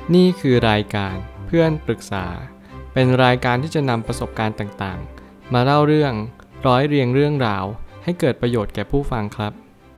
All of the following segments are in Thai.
นี่คือรายการเพื่อนปรึกษาเป็นรายการที่จะนำประสบการณ์ต่างๆมาเล่าเรื่องร้อยเรียงเรื่องราวให้เกิดประโยชน์แก่ผู้ฟังครับ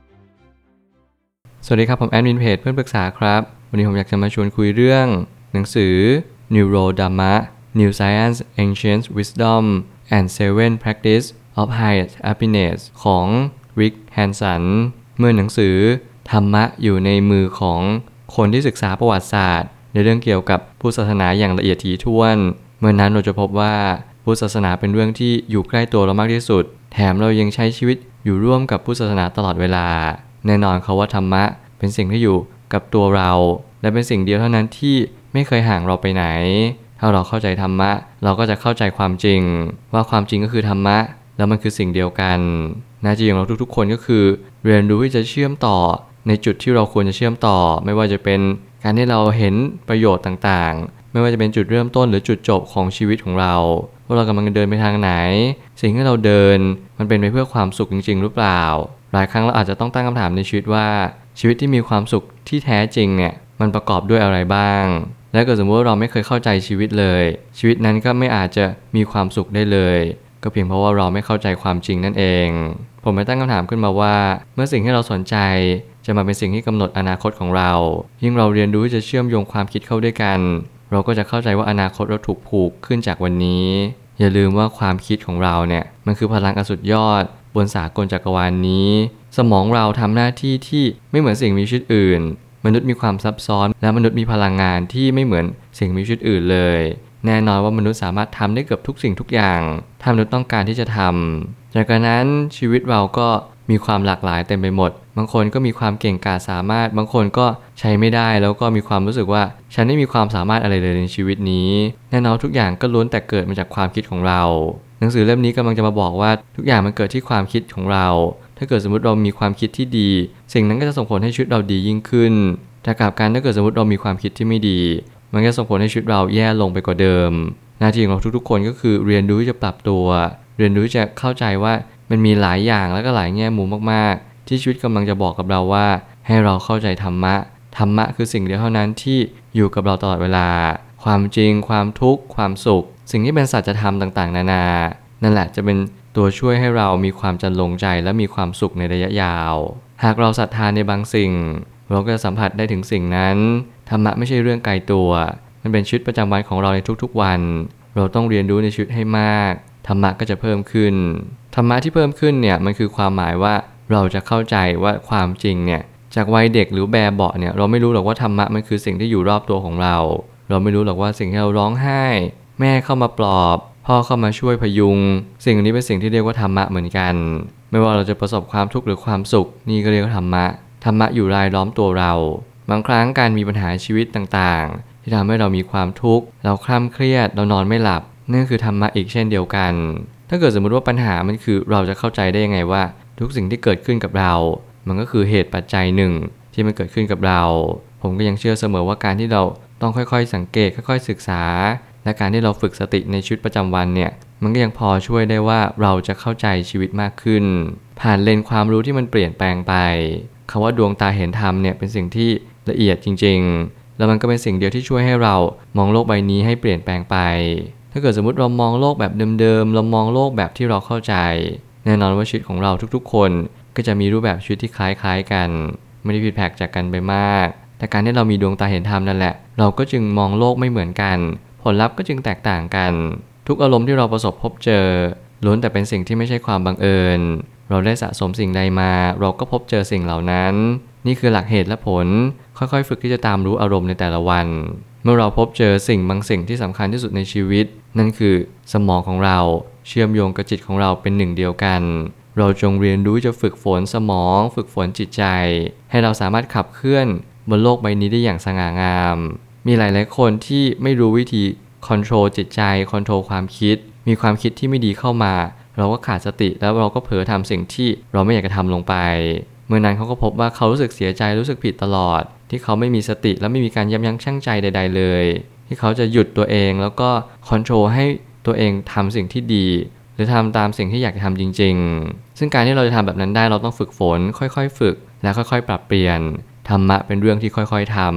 สวัสดีครับผมแอดมินเพจเพื่อนปรึกษาครับวันนี้ผมอยากจะมาชวนคุยเรื่องหนังสือ Neurodharma New Science Ancient Wisdom and Seven Practice of Highest Happiness ของ Rick Hanson เมื่อหนังสือธรรมะอยู่ในมือของคนที่ศึกษาประวัติศาสตร์ในเรื่องเกี่ยวกับพุทธศาสนาอย่างละเอียดถี่ถ้วนเมื่อนั้นเราจะพบว่าพุทธศาสนาเป็นเรื่องที่อยู่ใกล้ตัวเรามากที่สุดแถมเรายังใช้ชีวิตอยู่ร่วมกับพุทธศาสนาตลอดเวลาแน่นอนเขาว่าธรรมะเป็นสิ่งที่อยู่กับตัวเราและเป็นสิ่งเดียวเท่านั้นที่ไม่เคยห่างเราไปไหนถ้าเราเข้าใจธรรมะเราก็จะเข้าใจความจริงว่าความจริงก็คือธรรมะแล้วมันคือสิ่งเดียวกันหน้าที่ของเราทุกๆคนก็คือเรียนรู้ที่จะเชื่อมต่อในจุดที่เราควรจะเชื่อมต่อไม่ว่าจะเป็นการที่เราเห็นประโยชน์ต่างๆไม่ว่าจะเป็นจุดเริ่มต้นหรือจุดจบของชีวิตของเราว่าเรากำลังเดินไปทางไหนสิ่งที่เราเดินมันเป็นไปเพื่อความสุขจริงๆหรือเปล่าหลายครั้งเราอาจจะต้องตั้งคำถามในชีวิตว่าชีวิตที่มีความสุขที่แท้จริงเนี่ยมันประกอบด้วยอะไรบ้างและเกิดสมมติว่าเราไม่เคยเข้าใจชีวิตเลยชีวิตนั้นก็ไม่อาจจะมีความสุขได้เลยก็เพียงเพราะว่าเราไม่เข้าใจความจริงนั่นเองผมไม่ตั้งคำถามขึ้นมาว่าเมื่อสิ่งที่เราสนใจจะมาเป็นสิ่งที่กำหนดอนาคตของเรายิ่งเราเรียนรู้ที่จะเชื่อมโยงความคิดเข้าด้วยกันเราก็จะเข้าใจว่าอนาคตเราถูกผูกขึ้นจากวันนี้อย่าลืมว่าความคิดของเราเนี่ยมันคือพลังอันสุดยอดบนสากลจักรวาลนี้สมองเราทำหน้าที่ที่ไม่เหมือนสิ่งมีชีวิตอื่นมนุษย์มีความซับซ้อนและมนุษย์มีพลังงานที่ไม่เหมือนสิ่งมีชีวิตอื่นเลยแน่นอนว่ามนุษย์สามารถทำได้เกือบทุกสิ่งทุกอย่างถ้ามนุษย์ต้องการที่จะทำจากนั้นชีวิตเราก็มีความหลากหลายเต็มไปหมดบางคนก็มีความเก่งกาจสามารถบางคนก็ใช้ไม่ได้แล้วก็มีความรู้สึกว่าฉันไม่มีความสามารถอะไรเลยในชีวิตนี้แน่นอนทุกอย่างก็ล้วนแต่เกิดมาจากความคิดของเราหนังสือเล่มนี้กำลังจะมาบอกว่าทุกอย่างมันเกิดที่ความคิดของเราถ้าเกิดสมมติเรามีความคิดที่ดีสิ่งนั้นก็จะส่งผลให้ชีวิตเราดียิ่งขึ้นแต่กลับกันถ้าเกิดสมมติเรามีความคิดที่ไม่ดีมันก็ส่งผลให้ชีวิตเราแย่ลงไปกว่าเดิมหน้าที่ของเราทุกๆคนก็คือเรียนรู้ที่จะปรับตัวเรียนรู้ที่จะเข้าใจว่ามันมีหลายอย่างแล้วก็หลายแง่มุมมากๆที่ชีวิตกำลังจะบอกกับเราว่าให้เราเข้าใจธรรมะธรรมะคือสิ่งเดียวเท่านั้นที่อยู่กับเราตลอดเวลาความจริงความทุกข์ความสุขสิ่งที่เป็นสัจธรรมต่างๆนานานั่นแหละจะเป็นตัวช่วยให้เรามีความจรรลงใจและมีความสุขในระยะยาวหากเราศรัทธาในบางสิ่งเราก็จะสัมผัสได้ถึงสิ่งนั้นธรรมะไม่ใช่เรื่องไกลตัวมันเป็นชีวิตประจำวันของเราในทุกๆวันเราต้องเรียนรู้ในชีวิตให้มากธรรมะก็จะเพิ่มขึ้นธรรมะที่เพิ่มขึ้นเนี่ยมันคือความหมายว่าเราจะเข้าใจว่าความจริงเนี่ยจากวัยเด็กหรือแบเบาะเนี่ยเราไม่รู้หรอกว่าธรรมะมันคือสิ่งที่อยู่รอบตัวของเราไม่รู้หรอกว่าสิ่งที่เราร้องไห้แม่เข้ามาปลอบพ่อเข้ามาช่วยพยุงสิ่งนี้เป็นสิ่งที่เรียกว่าธรรมะเหมือนกันไม่ว่าเราจะประสบความทุกข์หรือความสุขนี่ก็เรียกว่าธรรมะอยู่รายล้อมตัวเราบางครั้งการมีปัญหาชีวิตต่างๆที่ทำให้เรามีความทุกข์เราคร่ำเครียดเรานอนไม่หลับนั่นคือธรรมะอีกเช่นเดียวกันถ้าเกิดสมมติว่าปัญหามันคือเราจะเข้าใจได้ยังไงว่าทุกสิ่งที่เกิดขึ้นกับเรามันก็คือเหตุปัจจัยหนึ่งที่มันเกิดขึ้นกับเราผมก็ยังเชื่อเสมอว่าการที่เราต้องค่อยๆสังเกตค่อยๆศึกษาและการที่เราฝึกสติในชีวิตประจำวันเนี่ยมันก็ยังพอช่วยได้ว่าเราจะเข้าใจชีวิตมากขึ้นผ่านเลนความรู้ที่มันเปลี่ยนแปลงไปคำว่าดวงตาเห็นธรรมเนี่ยเป็นสิ่งที่ละเอียดจริงๆแล้วมันก็เป็นสิ่งเดียวที่ช่วยให้เรามองโลกใบนี้ให้เปลี่ยนแปลงไปถ้าเกิดสมมติเรามองโลกแบบเดิมๆเรามองโลกแบบที่เราเข้าใจแน่นอนว่าชีวิตของเราทุกๆคนก็จะมีรูปแบบชีวิตที่คล้ายๆกันไม่ได้ผิดแผกจากกันไปมากแต่การที่เรามีดวงตาเห็นธรรมนั่นแหละเราก็จึงมองโลกไม่เหมือนกันผลลัพธ์ก็จึงแตกต่างกันทุกอารมณ์ที่เราประสบพบเจอล้วนแต่เป็นสิ่งที่ไม่ใช่ความบังเอิญเราได้สะสมสิ่งใดมาเราก็พบเจอสิ่งเหล่านั้นนี่คือหลักเหตุและผลค่อยๆฝึกที่จะตามรู้อารมณ์ในแต่ละวันเมื่อเราพบเจอสิ่งบางสิ่งที่สำคัญที่สุดในชีวิตนั่นคือสมองของเราเชื่อมโยงกับจิตของเราเป็นหนึ่งเดียวกันเราจงเรียนรู้จะฝึกฝนสมองฝึกฝนจิตใจให้เราสามารถขับเคลื่อนบนโลกใบนี้ได้อย่างสง่างามมีหลายๆคนที่ไม่รู้วิธีคอนโทรลจิตใจคอนโทรลความคิดมีความคิดที่ไม่ดีเข้ามาเราก็ขาดสติแล้วเราก็เผลอทำสิ่งที่เราไม่อยากจะทำลงไปเมื่อนั้นเขาก็พบว่าเขารู้สึกเสียใจรู้สึกผิดตลอดที่เขาไม่มีสติและไม่มีการยับยั้งชั่งใจใดๆเลยที่เขาจะหยุดตัวเองแล้วก็คอนโทรลให้ตัวเองทำสิ่งที่ดีหรือทำตามสิ่งที่อยากจะทำจริงๆซึ่งการที่เราจะทำแบบนั้นได้เราต้องฝึกฝนค่อยๆฝึกและค่อยๆปรับเปลี่ยนธรรมะเป็นเรื่องที่ค่อยๆท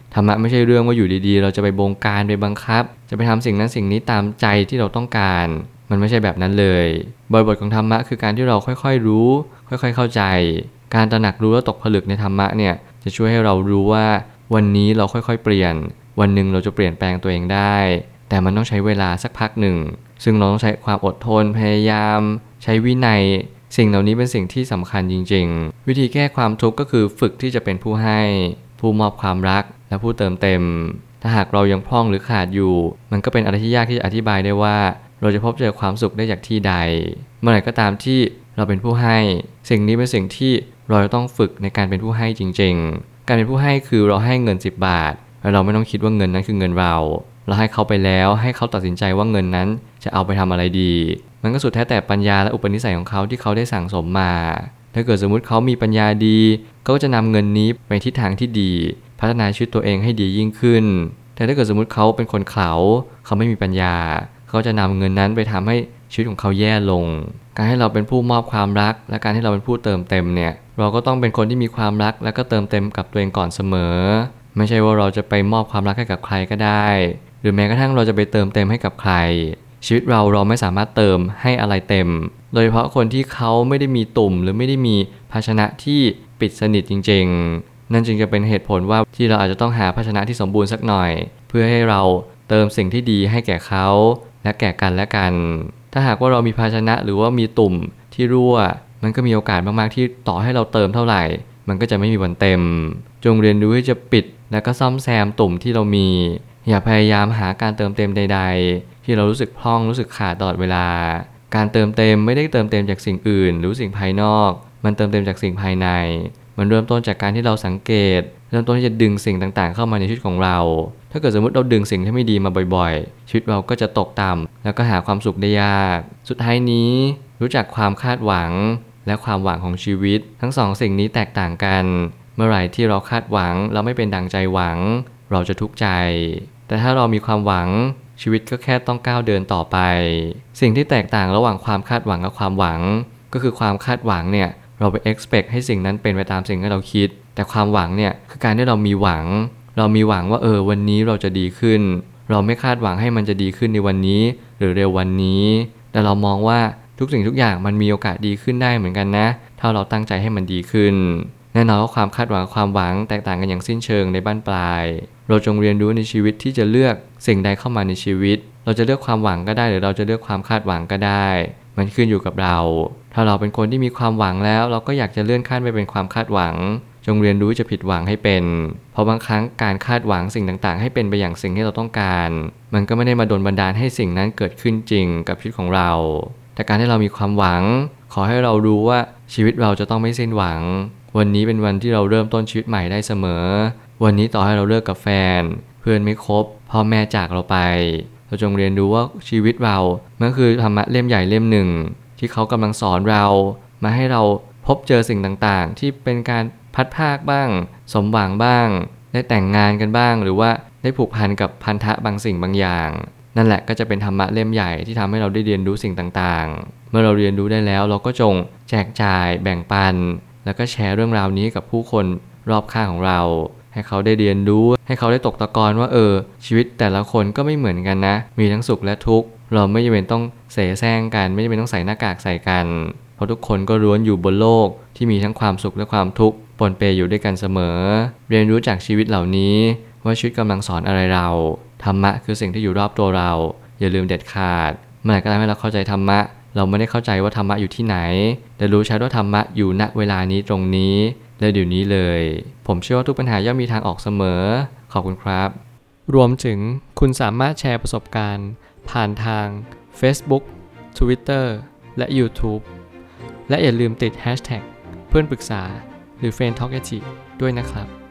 ธรรมะไม่ใช่เรื่องว่าอยู่ดีๆเราจะไปบงการไปบังคับจะไปทำสิ่งนั้นสิ่งนี้ตามใจที่เราต้องการมันไม่ใช่แบบนั้นเลยบริบทของธรรมะคือการที่เราค่อยๆรู้ค่อยๆเข้าใจการตระหนักรู้และตกผลึกในธรรมะเนี่ยจะช่วยให้เรารู้ว่าวันนี้เราค่อยๆเปลี่ยนวันหนึ่งเราจะเปลี่ยนแปลงตัวเองได้แต่มันต้องใช้เวลาสักพักหนึ่งซึ่งเราต้องใช้ความอดทนพยายามใช้วินัยสิ่งเหล่านี้เป็นสิ่งที่สำคัญจริงๆวิธีแก้ความทุกข์ก็คือฝึกที่จะเป็นผู้ให้ผู้มอบความรักและผู้เติมเต็มถ้าหากเรายังพร่องหรือขาดอยู่มันก็เป็นอะไรที่ยากที่จะอธิบายได้ว่าเราจะพบเจอความสุขได้จากที่ใดเมื่อไหร่ก็ตามที่เราเป็นผู้ให้สิ่งนี้เป็นสิ่งที่เราจะต้องฝึกในการเป็นผู้ให้จริงๆการเป็นผู้ให้คือเราให้เงิน10 บาทแล้วเราไม่ต้องคิดว่าเงินนั้นคือเงินเราให้เขาไปแล้วให้เขาตัดสินใจว่าเงินนั้นจะเอาไปทำอะไรดีมันก็สุดแท้แต่ปัญญาและอุปนิสัยของเขาที่เขาได้สั่งสมมาถ้าเกิดสมมุติเขามีปัญญาดีก็จะนำเงินนี้ไปทิศทางที่ดีพัฒนาชีวิตตัวเองให้ดียิ่งขึ้นแต่ถ้าเกิดสมมุติเขาเป็นคนเขลาเขาไม่มีปัญญาเขาจะนำเงินนั้นไปทำให้ชีวิตของเขาแย่ลงการให้เราเป็นผู้มอบความรักและการที่เราเป็นผู้เติมเต็มเนี่ยเราก็ต้องเป็นคนที่มีความรักและก็เติมเต็มกับตัวเองก่อนเสมอไม่ใช่ว่าเราจะไปมอบความรักให้กับใครก็ได้หรือแม้กระทั่งเราจะไปเติมเต็มให้กับใครชีวิตเราไม่สามารถเติมให้อะไรเต็มโดยเฉพาะคนที่เขาไม่ได้มีตุ่มหรือไม่ได้มีภาชนะที่ปิดสนิทจริงๆนั่นจึงจะเป็นเหตุผลว่าที่เราอาจจะต้องหาภาชนะที่สมบูรณ์สักหน่อยเพื่อให้เราเติมสิ่งที่ดีให้แก่เขาและแก่กันและกันถ้าหากว่าเรามีภาชนะหรือว่ามีตุ่มที่รั่วมันก็มีโอกาสมากๆที่ต่อให้เราเติมเท่าไหร่มันก็จะไม่มีวันเต็มจงเรียนรู้ที่จะปิดและก็ซ่อมแซมตุ่มที่เรามีอย่าพยายามหาการเติมเต็มใดๆที่เรารู้สึกพร่องรู้สึกขาดตลอดเวลาการเติมเต็มไม่ได้เติมเต็มจากสิ่งอื่นหรือสิ่งภายนอกมันเติมเต็มจากสิ่งภายในมันเริ่มต้นจากการที่เราสังเกตเริ่มต้นที่จะดึงสิ่งต่างๆเข้ามาในชีวิตของเราถ้าเกิดสมมติเราดึงสิ่งที่ไม่ดีมาบ่อยๆชีวิตเราก็จะตกต่ำแล้วก็หาความสุขได้ยากสุดท้ายนี้รู้จักความคาดหวังและความหวังของชีวิตทั้งสองสิ่งนี้แตกต่างกันเมื่อไหร่ที่เราคาดหวังเราไม่เป็นดั่งใจหวังเราจะทุกข์ใจแต่ถ้าเรามีความหวังชีวิตก็แค่ต้องก้าวเดินต่อไปสิ่งที่แตกต่างระหว่างความคาดหวังกับความหวังก็คือความคาดหวังเนี่ยเราไป expect ให้สิ่งนั้นเป็นไปตามสิ่งที่เราคิดแต่ความหวังเนี่ยคือการที่เรามีหวังว่าวันนี้เราจะดีขึ้นเราไม่คาดหวังให้มันจะดีขึ้นในวันนี้หรือเร็ววันนี้แต่เรามองว่าทุกสิ่งทุกอย่างมันมีโอกาสดีขึ้นได้เหมือนกันนะถ้าเราตั้งใจให้มันดีขึ้นแน่นอนว่าความคาดหวังกับความหวังแตกต่างกันอย่างสิ้นเชิงในบั้นปลายเราจงเรียนรู้ในชีวิตที่จะเลือกสิ่งใดเข้ามาในชีวิตเราจะเลือกความหวังก็ได้หรือเราจะเลือกความคาดหวังก็ได้มันขึ้นอยู่กับเราถ้าเราเป็นคนที่มีความหวังแล้วเราก็อยากจะเลื่อนขั้นไปเป็นความคาดหวังจงเรียนรู้จะผิดหวังให้เป็นเพราะบางครั้งการคาดหวังสิ่งต่างๆให้เป็นไปอย่างสิ่งที่เราต้องการมันก็ไม่ได้มาดลบันดาลให้สิ่งนั้นเกิดขึ้นจริงกับชีวิตของเราแต่การที่เรามีความหวังขอให้เรารู้ว่าชีวิตเราจะต้องไม่สิ้นหวังวันนี้เป็นวันที่เราเริ่มต้นชีวิตใหม่ได้เสมอวันนี้ต่อให้เราเลิกกับแฟนเพื่อนไม่คบพ่อแม่จากเราไปเราจงเรียนรู้ว่าชีวิตเรามันคือธรรมะเล่มใหญ่เล่มหนึ่งที่เขากำลังสอนเรามาให้เราพบเจอสิ่งต่างๆที่เป็นการพัดภาคบ้างสมหวังบ้างได้แต่งงานกันบ้างหรือว่าได้ผูกพันกับพันธะบางสิ่งบางอย่างนั่นแหละก็จะเป็นธรรมะเล่มใหญ่ที่ทำให้เราได้เรียนรู้สิ่งต่างๆเมื่อเราเรียนรู้ได้แล้วเราก็จงแจกจ่ายแบ่งปันแล้วก็แชร์เรื่องราวนี้กับผู้คนรอบข้างของเราให้เขาได้เรียนรู้ให้เขาได้ตกตะกอนว่าชีวิตแต่ละคนก็ไม่เหมือนกันนะมีทั้งสุขและทุกข์เราไม่จำเป็นต้องเสแสร้งกันไม่จำเป็นต้องใส่หน้ากากใส่กันเพราะทุกคนก็ล้วนอยู่บนโลกที่มีทั้งความสุขและความทุกข์ปนเปอยู่ด้วยกันเสมอเรียนรู้จากชีวิตเหล่านี้ว่าชีวิตกำลังสอนอะไรเราธรรมะคือสิ่งที่อยู่รอบตัวเราอย่าลืมเด็ดขาดเมื่อไหร่ก็ตามให้เราเข้าใจธรรมะเราไม่ได้เข้าใจว่าธรรมะอยู่ที่ไหนแต่รู้ชัดว่าธรรมะอยู่ณเวลานี้ตรงนี้และเดี๋ยวนี้เลยผมเชื่อว่าทุกปัญหาย่อมมีทางออกเสมอขอบคุณครับรวมถึงคุณสามารถแชร์ประสบการณ์ผ่านทาง Facebook Twitter และ YouTube และอย่าลืมติด Hashtag เพื่อนปรึกษาหรือ Friend Talk ด้วยนะครับ